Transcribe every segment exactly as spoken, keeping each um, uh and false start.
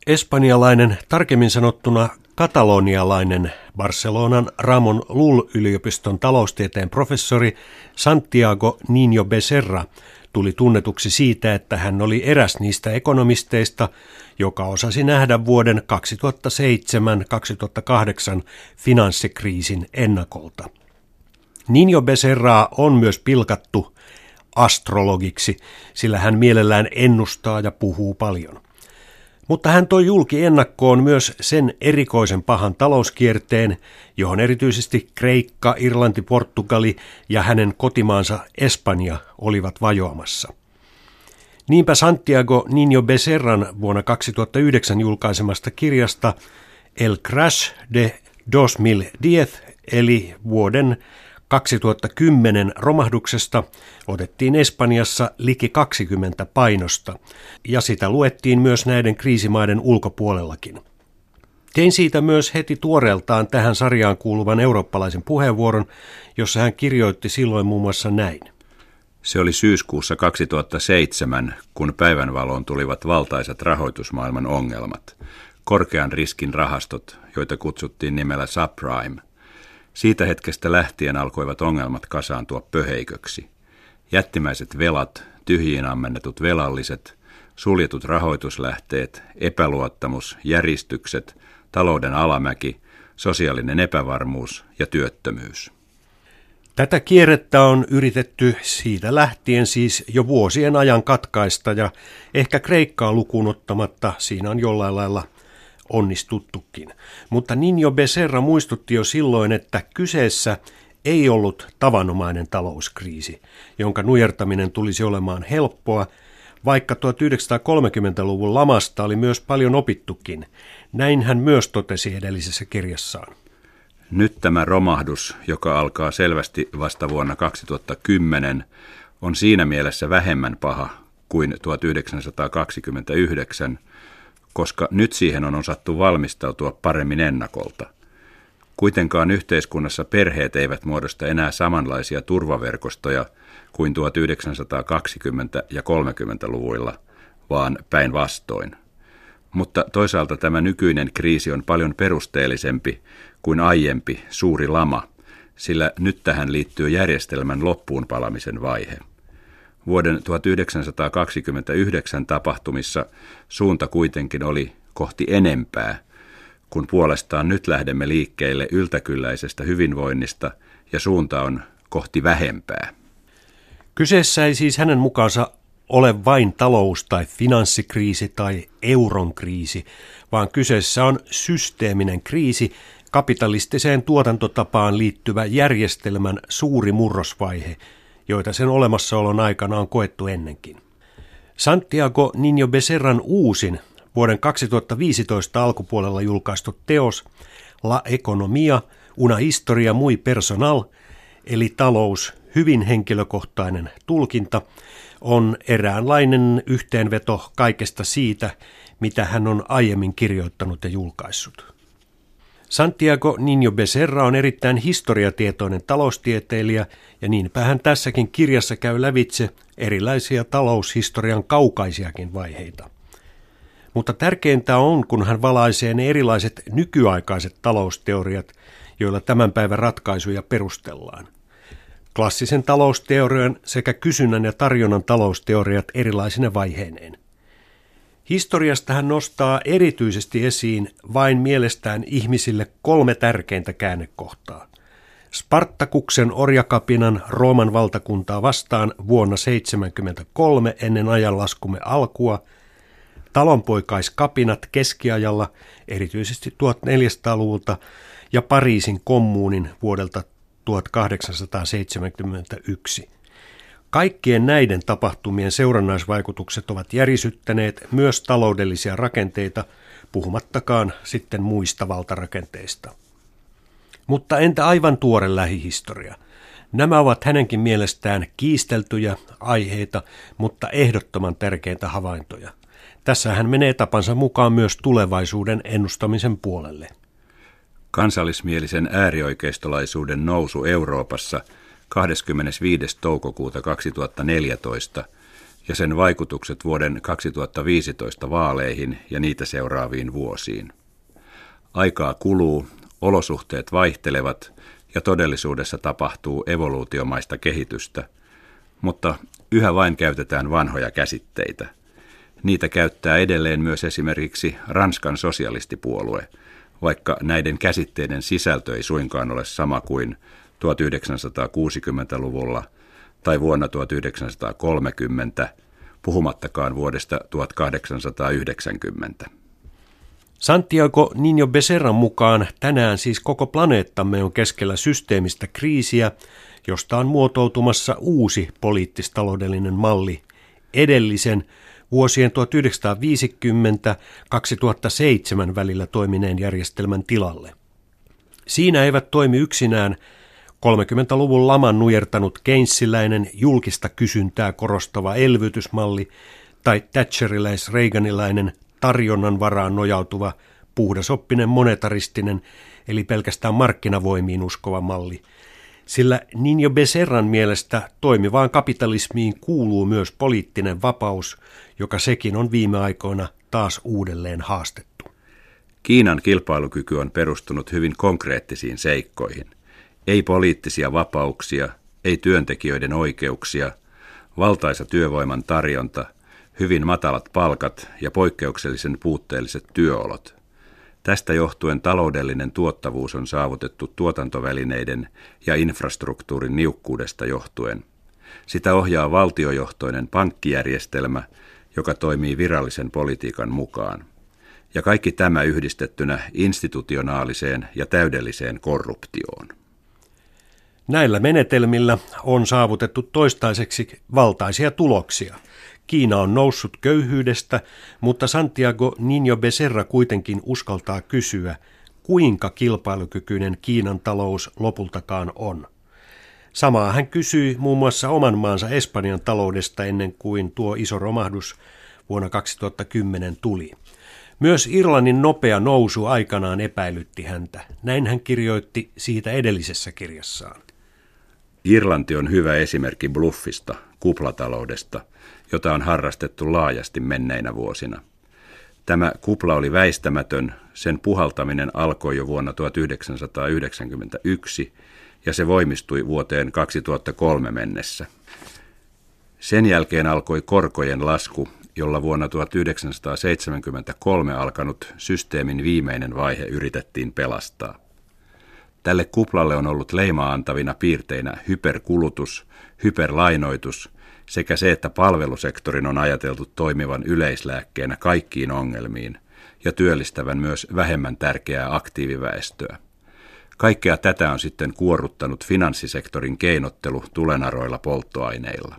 Espanjalainen, tarkemmin sanottuna katalonialainen Barcelonan Ramon Llull-yliopiston taloustieteen professori Santiago Niño Becerra tuli tunnetuksi siitä, että hän oli eräs niistä ekonomisteista, joka osasi nähdä vuoden kaksituhattaseitsemän kaksituhattakahdeksan finanssikriisin ennakolta. Niño Becerraa on myös pilkattu astrologiksi, sillä hän mielellään ennustaa ja puhuu paljon. Mutta hän toi julki ennakkoon myös sen erikoisen pahan talouskierteen, johon erityisesti Kreikka, Irlanti, Portugali ja hänen kotimaansa Espanja olivat vajoamassa. Niinpä Santiago Niño Becerran vuonna kaksituhattayhdeksän julkaisemasta kirjasta El Crash de kaksituhattakymmenen eli vuoden kaksituhattakymmenen romahduksesta otettiin Espanjassa liki kaksikymmentä painosta, ja sitä luettiin myös näiden kriisimaiden ulkopuolellakin. Tein siitä myös heti tuoreeltaan tähän sarjaan kuuluvan eurooppalaisen puheenvuoron, jossa hän kirjoitti silloin muun muassa näin. Se oli syyskuussa kaksituhattaseitsemän, kun päivänvaloon tulivat valtaisat rahoitusmaailman ongelmat, korkean riskin rahastot, joita kutsuttiin nimellä subprime. Siitä hetkestä lähtien alkoivat ongelmat kasaantua pöheiköksi. Jättimäiset velat, tyhjiin ammennetut velalliset, suljetut rahoituslähteet, epäluottamus, järistykset, talouden alamäki, sosiaalinen epävarmuus ja työttömyys. Tätä kierrettä on yritetty siitä lähtien siis jo vuosien ajan katkaista, ja ehkä Kreikkaa lukuun ottamatta siinä on jollain lailla onnistuttukin. Mutta Niño Becerra muistutti jo silloin, että kyseessä ei ollut tavanomainen talouskriisi, jonka nujertaminen tulisi olemaan helppoa, vaikka tuhatyhdeksänsataakolmekymmentäluvun lamasta oli myös paljon opittukin. Näin hän myös totesi edellisessä kirjassaan. Nyt tämä romahdus, joka alkaa selvästi vasta vuonna kaksituhattakymmenen, on siinä mielessä vähemmän paha kuin tuhatyhdeksänsataakaksikymmentäyhdeksän, koska nyt siihen on osattu valmistautua paremmin ennakolta. Kuitenkaan yhteiskunnassa perheet eivät muodosta enää samanlaisia turvaverkostoja kuin tuhatyhdeksänsataakaksikymmentä- ja kolmekymmentäluvuilla, vaan päinvastoin. Mutta toisaalta tämä nykyinen kriisi on paljon perusteellisempi kuin aiempi suuri lama, sillä nyt tähän liittyy järjestelmän loppuun palamisen vaihe. Vuoden tuhatyhdeksänsataakaksikymmentäyhdeksän tapahtumissa suunta kuitenkin oli kohti enempää, kun puolestaan nyt lähdemme liikkeelle yltäkylläisestä hyvinvoinnista ja suunta on kohti vähempää. Kyseessä ei siis hänen mukaansa ole vain talous- tai finanssikriisi tai euron kriisi, vaan kyseessä on systeeminen kriisi, kapitalistiseen tuotantotapaan liittyvä järjestelmän suuri murrosvaihe, joita sen olemassaolon aikana on koettu ennenkin. Santiago Niño Becerran uusin vuoden kaksituhattaviisitoista alkupuolella julkaistu teos La Economía, una historia muy personal, eli talous, hyvin henkilökohtainen tulkinta, on eräänlainen yhteenveto kaikesta siitä, mitä hän on aiemmin kirjoittanut ja julkaissut. Santiago Niño Becerra on erittäin historiatietoinen taloustieteilijä, ja niinpä hän tässäkin kirjassa käy lävitse erilaisia taloushistorian kaukaisiakin vaiheita. Mutta tärkeintä on, kun hän valaisee ne erilaiset nykyaikaiset talousteoriat, joilla tämän päivän ratkaisuja perustellaan. Klassisen talousteorian sekä kysynnän ja tarjonnan talousteoriat erilaisine vaiheineen. Historiasta hän nostaa erityisesti esiin vain mielestään ihmisille kolme tärkeintä käännekohtaa. Spartakuksen orjakapinan Rooman valtakuntaa vastaan vuonna seitsemänkymmentäkolme ennen ajanlaskumme alkua, talonpoikaiskapinat keskiajalla erityisesti tuhatneljäsataaluvulta ja Pariisin kommuunin vuodelta tuhatkahdeksansataaseitsemänkymmentäyksi. Kaikkien näiden tapahtumien seurannaisvaikutukset ovat järisyttäneet myös taloudellisia rakenteita, puhumattakaan sitten muista valtarakenteista. Mutta entä aivan tuore lähihistoria? Nämä ovat hänenkin mielestään kiisteltyjä aiheita, mutta ehdottoman tärkeitä havaintoja. Tässä hän menee tapansa mukaan myös tulevaisuuden ennustamisen puolelle. Kansallismielisen äärioikeistolaisuuden nousu Euroopassa kahdeskymmenesviides toukokuuta kaksituhattaneljätoista ja sen vaikutukset vuoden kaksituhattaviisitoista vaaleihin ja niitä seuraaviin vuosiin. Aikaa kuluu, olosuhteet vaihtelevat ja todellisuudessa tapahtuu evoluutiomaista kehitystä, mutta yhä vain käytetään vanhoja käsitteitä. Niitä käyttää edelleen myös esimerkiksi Ranskan sosialistipuolue, vaikka näiden käsitteiden sisältö ei suinkaan ole sama kuin tuhatyhdeksänsataakuusikymmentäluvulla tai vuonna tuhatyhdeksänsataakolmekymmentä, puhumattakaan vuodesta tuhatkahdeksansataayhdeksänkymmentä. Santiago Niño Becerran mukaan tänään siis koko planeettamme on keskellä systeemistä kriisiä, josta on muotoutumassa uusi poliittis-taloudellinen malli, edellisen vuosien tuhatyhdeksänsataaviisikymmentä–kaksituhattaseitsemän välillä toimineen järjestelmän tilalle. Siinä eivät toimi yksinään kolmekymmentäluvun laman nujertanut keynesiläinen julkista kysyntää korostava elvytysmalli tai thatcheriläis-reaganilainen tarjonnan varaan nojautuva puhdasoppinen monetaristinen eli pelkästään markkinavoimiin uskova malli, sillä Niño Becerran mielestä toimivaan kapitalismiin kuuluu myös poliittinen vapaus, joka sekin on viime aikoina taas uudelleen haastettu. Kiinan kilpailukyky on perustunut hyvin konkreettisiin seikkoihin. Ei poliittisia vapauksia, ei työntekijöiden oikeuksia, valtaisa työvoiman tarjonta, hyvin matalat palkat ja poikkeuksellisen puutteelliset työolot. Tästä johtuen taloudellinen tuottavuus on saavutettu tuotantovälineiden ja infrastruktuurin niukkuudesta johtuen. Sitä ohjaa valtiojohtoinen pankkijärjestelmä, joka toimii virallisen politiikan mukaan. Ja kaikki tämä yhdistettynä institutionaaliseen ja täydelliseen korruptioon. Näillä menetelmillä on saavutettu toistaiseksi valtaisia tuloksia. Kiina on noussut köyhyydestä, mutta Santiago Niño Becerra kuitenkin uskaltaa kysyä, kuinka kilpailukykyinen Kiinan talous lopultakaan on. Samaa hän kysyi muun muassa oman maansa Espanjan taloudesta ennen kuin tuo iso romahdus vuonna kaksituhattakymmenen tuli. Myös Irlannin nopea nousu aikanaan epäilytti häntä. Näin hän kirjoitti siitä edellisessä kirjassaan. Irlanti on hyvä esimerkki bluffista, kuplataloudesta, jota on harrastettu laajasti menneinä vuosina. Tämä kupla oli väistämätön, sen puhaltaminen alkoi jo vuonna tuhatyhdeksänsataayhdeksänkymmentäyksi ja se voimistui vuoteen kaksituhattakolme mennessä. Sen jälkeen alkoi korkojen lasku, jolla vuonna tuhatyhdeksänsataaseitsemänkymmentäkolme alkanut systeemin viimeinen vaihe yritettiin pelastaa. Tälle kuplalle on ollut leimaa antavina piirteinä hyperkulutus, hyperlainoitus sekä se, että palvelusektorin on ajateltu toimivan yleislääkkeenä kaikkiin ongelmiin ja työllistävän myös vähemmän tärkeää aktiiviväestöä. Kaikkea tätä on sitten kuorruttanut finanssisektorin keinottelu tulenaroilla polttoaineilla.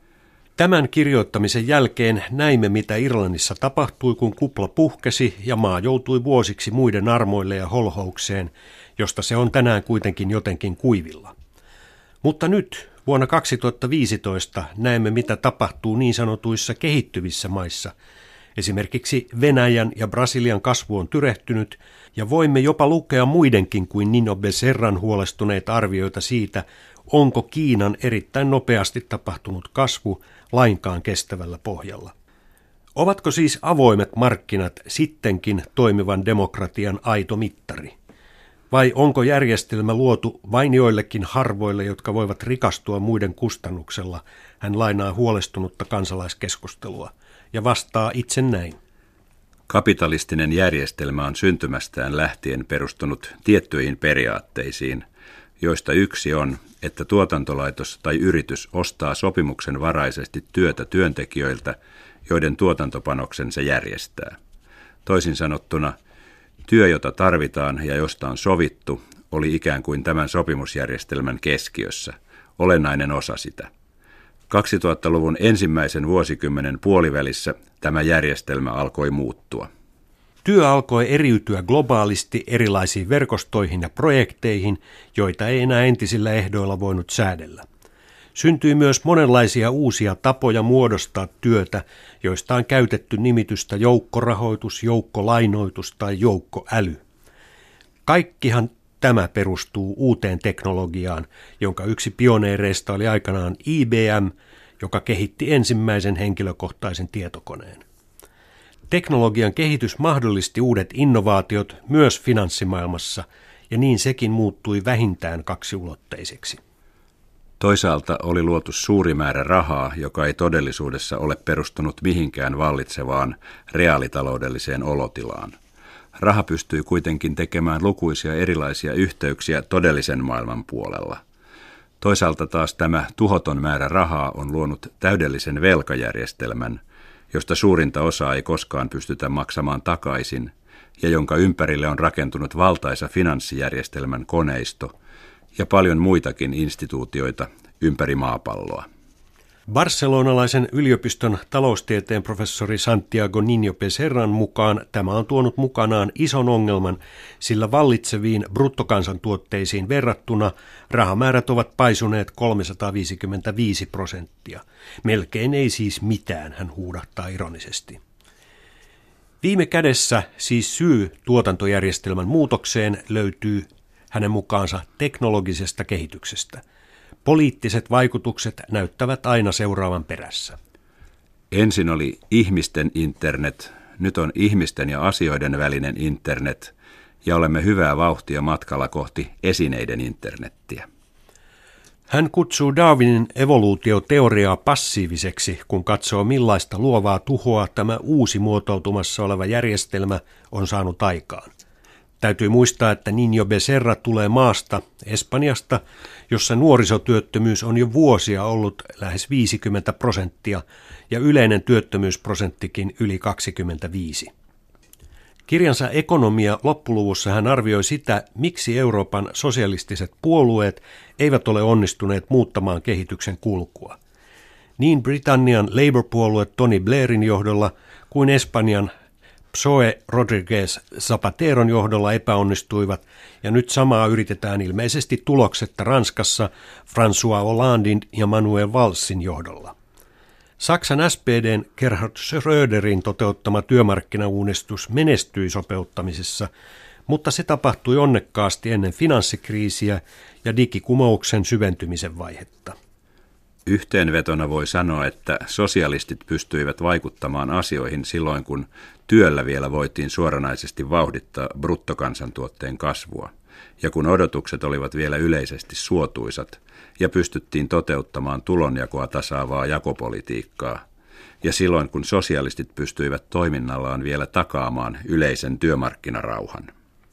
Tämän kirjoittamisen jälkeen näimme, mitä Irlannissa tapahtui, kun kupla puhkesi ja maa joutui vuosiksi muiden armoille ja holhoukseen, josta se on tänään kuitenkin jotenkin kuivilla. Mutta nyt, vuonna kaksituhattaviisitoista, näemme, mitä tapahtuu niin sanotuissa kehittyvissä maissa. Esimerkiksi Venäjän ja Brasilian kasvu on tyrehtynyt, ja voimme jopa lukea muidenkin kuin Niño Becerran huolestuneita arvioita siitä, onko Kiinan erittäin nopeasti tapahtunut kasvu lainkaan kestävällä pohjalla. Ovatko siis avoimet markkinat sittenkin toimivan demokratian aito mittari? Vai onko järjestelmä luotu vain joillekin harvoille, jotka voivat rikastua muiden kustannuksella? Hän lainaa huolestunutta kansalaiskeskustelua ja vastaa itse näin. Kapitalistinen järjestelmä on syntymästään lähtien perustunut tiettyihin periaatteisiin, joista yksi on, että tuotantolaitos tai yritys ostaa sopimuksen varaisesti työtä työntekijöiltä, joiden tuotantopanoksen se järjestää. Toisin sanottuna, työ, jota tarvitaan ja josta on sovittu, oli ikään kuin tämän sopimusjärjestelmän keskiössä, olennainen osa sitä. kaksituhattaluvun ensimmäisen vuosikymmenen puolivälissä tämä järjestelmä alkoi muuttua. Työ alkoi eriytyä globaalisti erilaisiin verkostoihin ja projekteihin, joita ei enää entisillä ehdoilla voinut säädellä. Syntyi myös monenlaisia uusia tapoja muodostaa työtä, joista on käytetty nimitystä joukkorahoitus, joukkolainoitus tai joukkoäly. Kaikkihan tämä perustuu uuteen teknologiaan, jonka yksi pioneereista oli aikanaan I B M, joka kehitti ensimmäisen henkilökohtaisen tietokoneen. Teknologian kehitys mahdollisti uudet innovaatiot myös finanssimaailmassa, ja niin sekin muuttui vähintään kaksiulotteiseksi. Toisaalta oli luotu suuri määrä rahaa, joka ei todellisuudessa ole perustunut mihinkään vallitsevaan reaalitaloudelliseen olotilaan. Raha pystyi kuitenkin tekemään lukuisia erilaisia yhteyksiä todellisen maailman puolella. Toisaalta taas tämä tuhoton määrä rahaa on luonut täydellisen velkajärjestelmän, josta suurinta osaa ei koskaan pystytä maksamaan takaisin, ja jonka ympärille on rakentunut valtaisa finanssijärjestelmän koneisto ja paljon muitakin instituutioita ympäri maapalloa. Barcelonalaisen yliopiston taloustieteen professori Santiago Niño Becerran mukaan tämä on tuonut mukanaan ison ongelman, sillä vallitseviin bruttokansantuotteisiin verrattuna rahamäärät ovat paisuneet kolmesataaviisikymmentäviisi prosenttia. Melkein ei siis mitään, hän huudahtaa ironisesti. Viime kädessä siis syy tuotantojärjestelmän muutokseen löytyy hänen mukaansa teknologisesta kehityksestä. Poliittiset vaikutukset näyttävät aina seuraavan perässä. Ensin oli ihmisten internet, nyt on ihmisten ja asioiden välinen internet, ja olemme hyvää vauhtia matkalla kohti esineiden internettiä. Hän kutsuu Darwinin evoluutioteoriaa passiiviseksi, kun katsoo millaista luovaa tuhoa tämä uusi muotoutumassa oleva järjestelmä on saanut aikaan. Täytyy muistaa, että Niño Becerra tulee maasta, Espanjasta, jossa nuorisotyöttömyys on jo vuosia ollut lähes viisikymmentä prosenttia ja yleinen työttömyysprosenttikin yli kaksikymmentäviisi. Kirjansa Ekonomia loppuluvussa hän arvioi sitä, miksi Euroopan sosialistiset puolueet eivät ole onnistuneet muuttamaan kehityksen kulkua. Niin Britannian Labour-puolue Tony Blairin johdolla kuin Espanjan P S O E Rodríguez Zapateron johdolla epäonnistuivat, ja nyt samaa yritetään ilmeisesti tuloksetta Ranskassa François Hollandein ja Manuel Valsin johdolla. Saksan S P D:n Gerhard Schröderin toteuttama työmarkkinauudistus menestyi sopeuttamisessa, mutta se tapahtui onnekkaasti ennen finanssikriisiä ja digikumouksen syventymisen vaihetta. Yhteenvetona voi sanoa, että sosialistit pystyivät vaikuttamaan asioihin silloin, kun työllä vielä voitiin suoranaisesti vauhdittaa bruttokansantuotteen kasvua, ja kun odotukset olivat vielä yleisesti suotuisat, ja pystyttiin toteuttamaan tulonjakoa tasaavaa jakopolitiikkaa, ja silloin, kun sosialistit pystyivät toiminnallaan vielä takaamaan yleisen työmarkkinarauhan.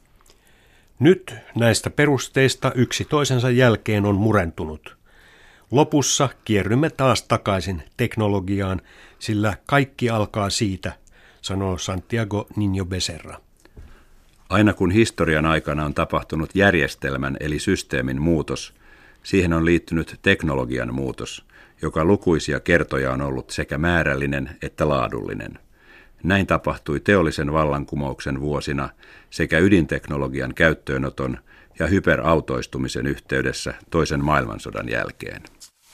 Nyt näistä perusteista yksi toisensa jälkeen on murentunut. Lopussa kierrymme taas takaisin teknologiaan, sillä kaikki alkaa siitä, sanoo Santiago Niño Becerra. Aina kun historian aikana on tapahtunut järjestelmän eli systeemin muutos, siihen on liittynyt teknologian muutos, joka lukuisia kertoja on ollut sekä määrällinen että laadullinen. Näin tapahtui teollisen vallankumouksen vuosina sekä ydinteknologian käyttöönoton ja hyperautoistumisen yhteydessä toisen maailmansodan jälkeen.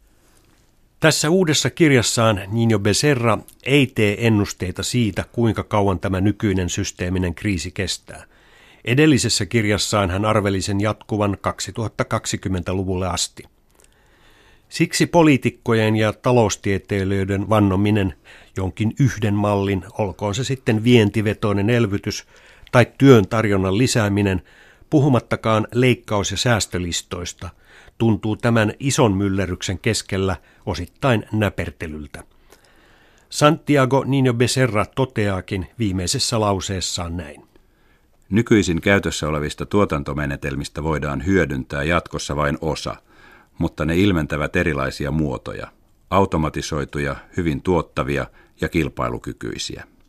Tässä uudessa kirjassaan Niño Becerra ei tee ennusteita siitä, kuinka kauan tämä nykyinen systeeminen kriisi kestää. Edellisessä kirjassaan hän arveli sen jatkuvan kaksituhattakaksikymmentäluvulle asti. Siksi poliitikkojen ja taloustieteilijöiden vannominen jonkin yhden mallin, olkoon se sitten vientivetoinen elvytys tai työn tarjonnan lisääminen, puhumattakaan leikkaus- ja säästölistoista, tuntuu tämän ison myllerryksen keskellä osittain näpertelyltä. Santiago Niño Becerra toteaakin viimeisessä lauseessaan näin. Nykyisin käytössä olevista tuotantomenetelmistä voidaan hyödyntää jatkossa vain osa, mutta ne ilmentävät erilaisia muotoja, automatisoituja, hyvin tuottavia ja kilpailukykyisiä.